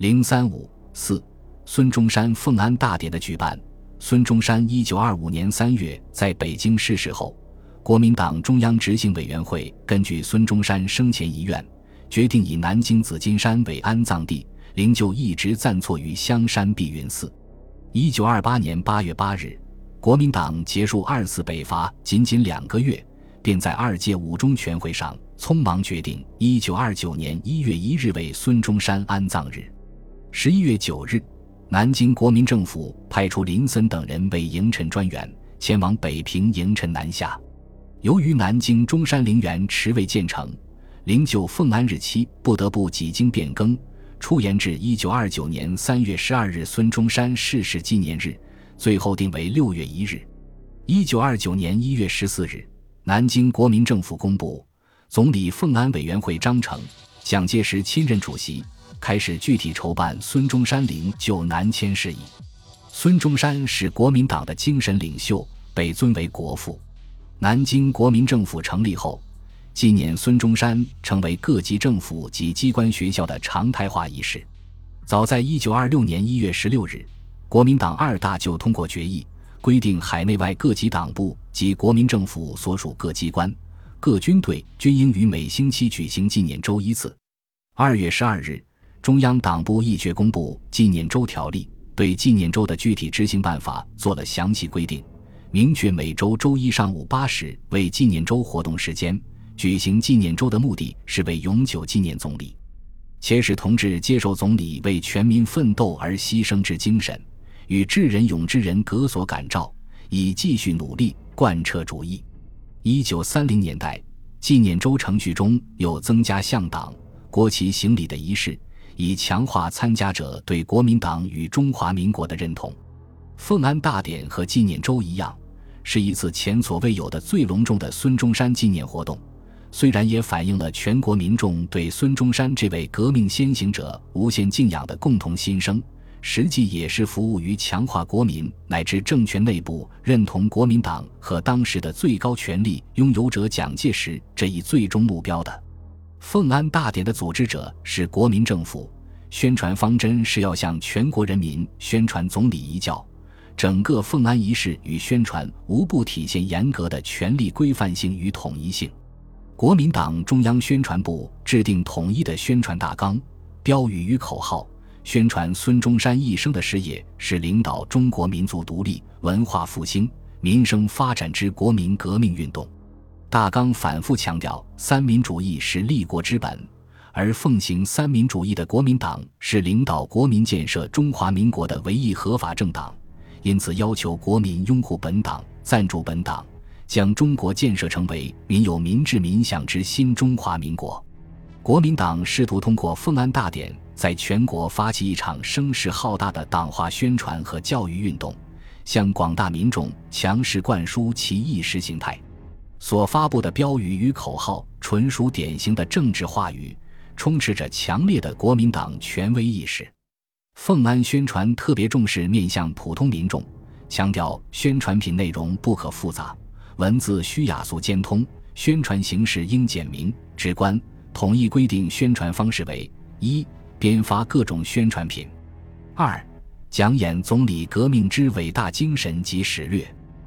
035-4孙中山奉安大典的举办。孙中山1925年3月在北京逝世后，国民党中央执行委员会根据孙中山生前遗愿，决定以南京紫金山为安葬地，灵柩一直暂错于香山碧云寺。1928年8月8日，国民党结束2次北伐仅2个月，便在2届五中全会上匆忙决定1929年1月1日为孙中山安葬日。11月9日，南京国民政府派出林森等人为迎陈专员，前往北平迎陈南下。由于南京中山陵园迟未建成，灵柩奉安日期不得不几经变更，初延至1929年3月12日孙中山逝世纪念日，最后定为6月1日。1929年1月14日，南京国民政府公布，总理奉安委员会章程，蒋介石亲任主席，开始具体筹办孙中山陵柩南迁事宜。孙中山是国民党的精神领袖，被尊为国父。南京国民政府成立后，纪念孙中山成为各级政府及机关学校的常态化仪式。早在1926年1月16日，国民党2大就通过决议，规定海内外各级党部及国民政府所属各机关、各军队均应于每星期举行纪念周1次。2月12日，中央党部议决公布纪念周条例，对纪念周的具体执行办法做了详细规定，明确每周周一上午8时为纪念周活动时间，举行纪念周的目的是为永久纪念总理，且使同志接受总理为全民奋斗而牺牲之精神，与智仁勇之人革所感召，以继续努力贯彻主义。1930年代，纪念周程序中又增加向党、国旗行礼的仪式，以强化参加者对国民党与中华民国的认同。奉安大典和纪念周一样，是一次前所未有的最隆重的孙中山纪念活动，虽然也反映了全国民众对孙中山这位革命先行者无限敬仰的共同心声，实际也是服务于强化国民乃至政权内部认同国民党和当时的最高权力拥有者蒋介石这一最终目标的。奉安大典的组织者是国民政府，宣传方针是要向全国人民宣传总理遗教，整个奉安仪式与宣传无不体现严格的权力规范性与统一性。国民党中央宣传部制定统一的宣传大纲、标语与口号，宣传孙中山一生的事业是领导中国民族独立、文化复兴、民生发展之国民革命运动。大纲反复强调三民主义是立国之本，而奉行三民主义的国民党是领导国民建设中华民国的唯一合法政党，因此要求国民拥护本党、赞助本党，将中国建设成为民有民治民享之新中华民国。国民党试图通过奉安大典在全国发起一场声势浩大的党化宣传和教育运动，向广大民众强势灌输其意识形态。所发布的标语与口号纯属典型的政治话语，充斥着强烈的国民党权威意识。奉安宣传特别重视面向普通民众，强调宣传品内容不可复杂，文字需雅俗兼通，宣传形式应简明直观，统一规定宣传方式为： 1. 编发各种宣传品； 2. 讲演总理革命之伟大精神及史略；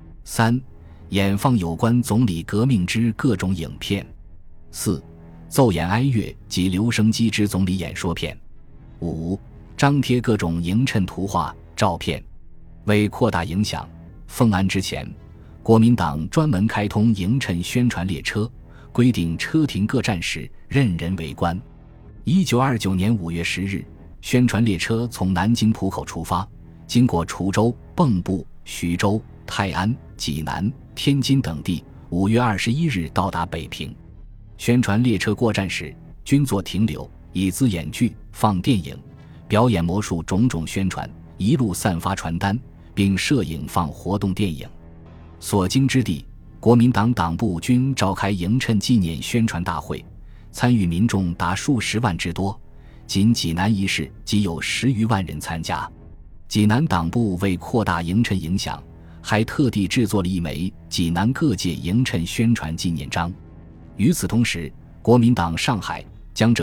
3. 演放有关总理革命之各种影片； 4. 奏演哀乐及留声机之总理演说片； 5. 张贴各种迎衬图画、照片。为扩大影响，奉安之前，国民党专门开通迎衬宣传列车，规定车停各站时任人围观。1929年5月10日，宣传列车从南京浦口出发，经过滁州、蚌埠、徐州、泰安、济南、天津等地，5月21日到达北平。宣传列车过站时，均作停留，以资演剧、放电影、表演魔术种种宣传，一路散发传单，并摄影放活动电影。所经之地，国民党党部均召开迎衬纪念宣传大会，参与民众达数十万之多，仅济南一市即有10余万人参加。济南党部为扩大迎衬影响，还特地制作了一枚济南各界迎衬宣传纪念章。与此同时，国民党上海、江浙、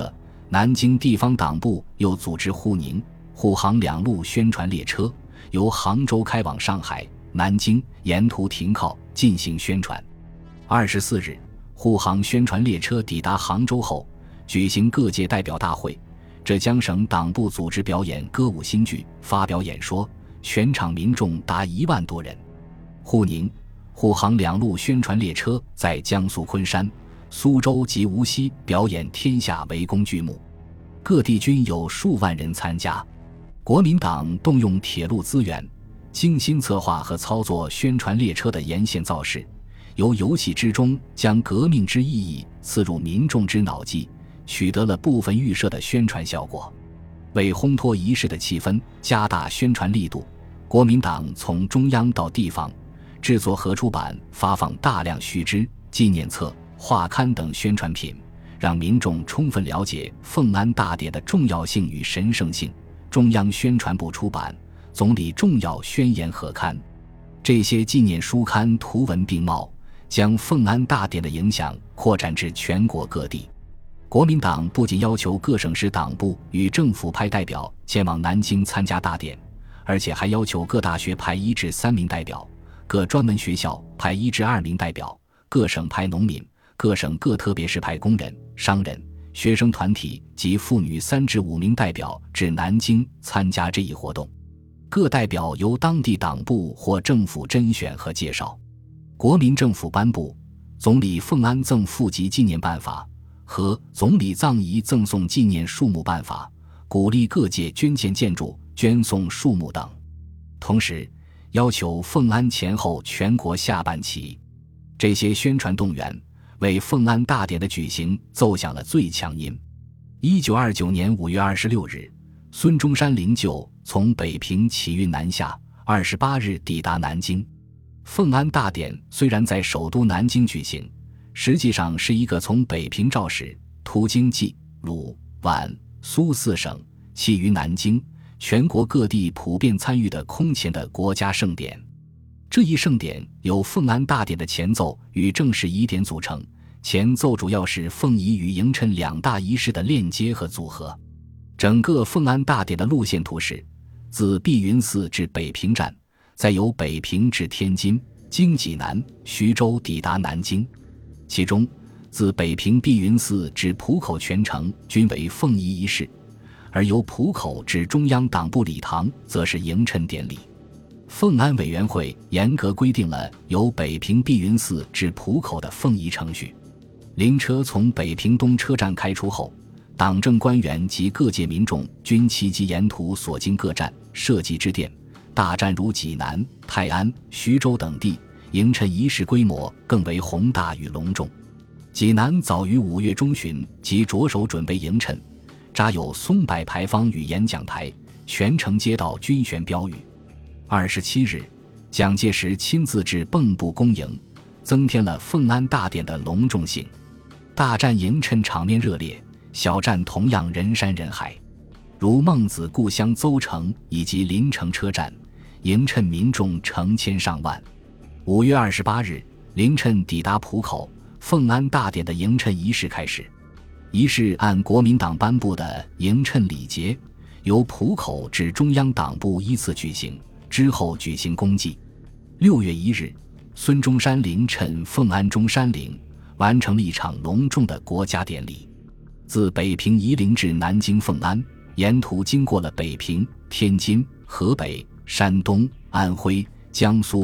南京地方党部又组织沪宁、沪杭两路宣传列车，由杭州开往上海、南京，沿途停靠进行宣传。24日，沪杭宣传列车抵达杭州后，举行各界代表大会。浙江省党部组织表演歌舞新剧，发表演说，全场民众达1万多人。沪宁、沪杭两路宣传列车在江苏昆山、苏州及无锡表演天下为公剧目，各地均有数万人参加。国民党动用铁路资源，精心策划和操作宣传列车的沿线造势，由游戏之中将革命之意义刺入民众之脑际，取得了部分预设的宣传效果。为烘托仪式的气氛，加大宣传力度，国民党从中央到地方制作和出版发放大量须知、纪念册、画刊等宣传品，让民众充分了解奉安大典的重要性与神圣性。中央宣传部出版总理重要宣言贺刊，这些纪念书刊图文并茂，将奉安大典的影响扩展至全国各地。国民党不仅要求各省市党部与政府派代表前往南京参加大典，而且还要求各大学派1至3名代表，各专门学校派1至2名代表，各省派农民，各省各特别是派工人、商人、学生团体及妇女3至5名代表至南京参加这一活动。各代表由当地党部或政府甄选和介绍。国民政府颁布《总理奉安赠父及纪念办法》和《总理葬仪赠送纪念树木办法》，鼓励各界捐建建筑、捐送树木等。同时要求奉安前后全国下半旗。这些宣传动员为奉安大典的举行奏响了最强音。1929年5月26日，孙中山灵柩从北平启运南下，28日抵达南京。奉安大典虽然在首都南京举行，实际上是一个从北平肇始，途经冀、鲁、皖、苏4省，起于南京，全国各地普遍参与的空前的国家盛典。这一盛典由奉安大典的前奏与正式仪典组成，前奏主要是奉仪与迎谶2大仪式的链接和组合。整个奉安大典的路线图是：自碧云寺至北平站，再由北平至天津，经济南、徐州抵达南京。其中自北平碧云寺至浦口全程均为奉仪仪式，而由浦口至中央党部礼堂则是迎谶典礼。奉安委员会严格规定了由北平碧云寺至浦口的奉仪程序。灵车从北平东车站开出后，党政官员及各界民众均齐集沿途所经各站设计之殿，大站如济南、泰安、徐州等地，迎谶仪式规模更为宏大与隆重。济南早于5月中旬即着手准备迎谶，扎有松柏牌坊与演讲台，全城街道均悬标语。27日，蒋介石亲自至蚌埠恭迎，增添了奉安大典的隆重性。大站迎谶场面热烈，小站同样人山人海，如孟子故乡邹城以及临城车站，迎谶民众成千上万。5月28日，凌晨抵达浦口，奉安大典的迎谶仪式开始。仪式按国民党颁布的迎谶礼节，由浦口至中央党部依次举行，之后举行公祭。6月1日，孙中山凌谶奉安中山陵，完成了一场隆重的国家典礼。自北平夷陵至南京奉安，沿途经过了北平、天津、河北、山东、安徽、江苏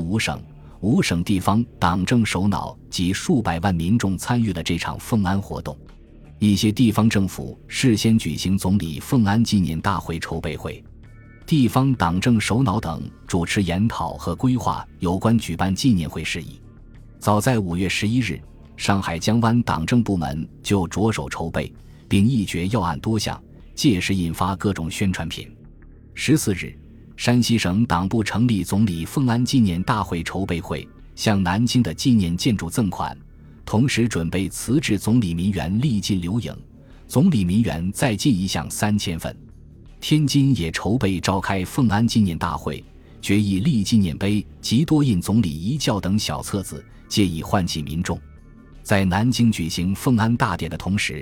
5省地方党政首脑及数百万民众参与了这场奉安活动。一些地方政府事先举行总理奉安纪念大会筹备会，地方党政首脑等主持研讨和规划有关举办纪念会事宜。早在5月11日，上海江湾党政部门就着手筹备，并议决要案多项，届时印发各种宣传品。14日，山西省党部成立总理奉安纪念大会筹备会，向南京的纪念建筑赠款，同时准备辞置总理民园力尽留影，总理民园再进一项3000份。天津也筹备召开奉安纪念大会，决议立纪念碑及多印总理遗教等小册子，借以唤起民众。在南京举行奉安大典的同时，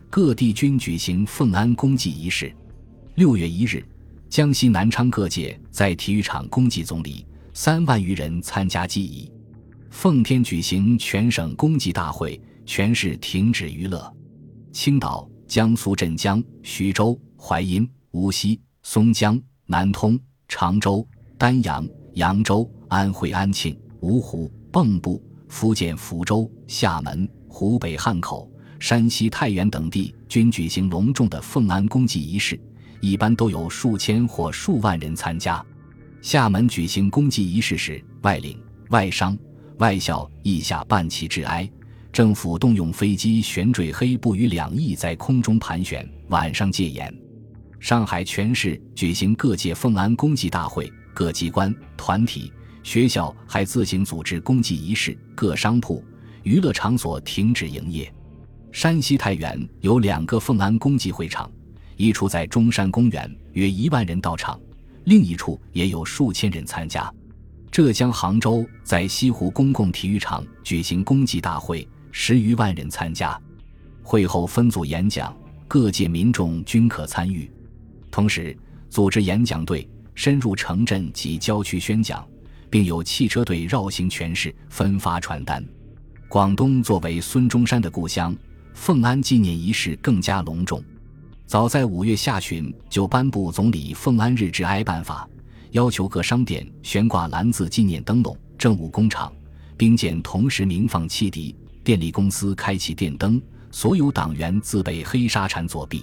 各地均举行奉安公祭仪式。6月1日，江西南昌各界在体育场公祭总理，3万余人参加祭仪。奉天举行全省公祭大会，全市停止娱乐。青岛、江苏镇江、徐州、淮阴、无锡、松江、南通、常州、丹阳、扬州、安徽安庆、芜湖、蚌埠、福建福州、厦门、湖北汉口、山西太原等地均举行隆重的奉安公祭仪式，一般都有数千或数万人参加。厦门举行公祭仪式时，外领、外商、外校腋下半旗致哀，政府动用飞机悬坠黑布与2翼在空中盘旋，晚上戒严。上海全市举行各界奉安公祭大会，各机关、团体、学校还自行组织公祭仪式，各商铺、娱乐场所停止营业。山西太原有2个奉安公祭会场，一处在中山公园，约1万人到场，另一处也有数千人参加。浙江杭州在西湖公共体育场举行公祭大会，10余万人参加。会后分组演讲，各界民众均可参与。同时组织演讲队深入城镇及郊区宣讲，并有汽车队绕行全市分发传单。广东作为孙中山的故乡，奉安纪念仪式更加隆重。早在5月下旬就颁布总理奉安日致哀办法，要求各商店悬挂蓝字纪念灯笼，政务工厂、兵舰同时鸣放汽笛，电力公司开启电灯，所有党员自备黑沙铲作弊。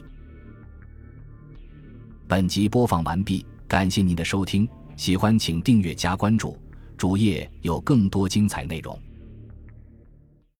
本集播放完毕，感谢您的收听，喜欢请订阅加关注，主页有更多精彩内容。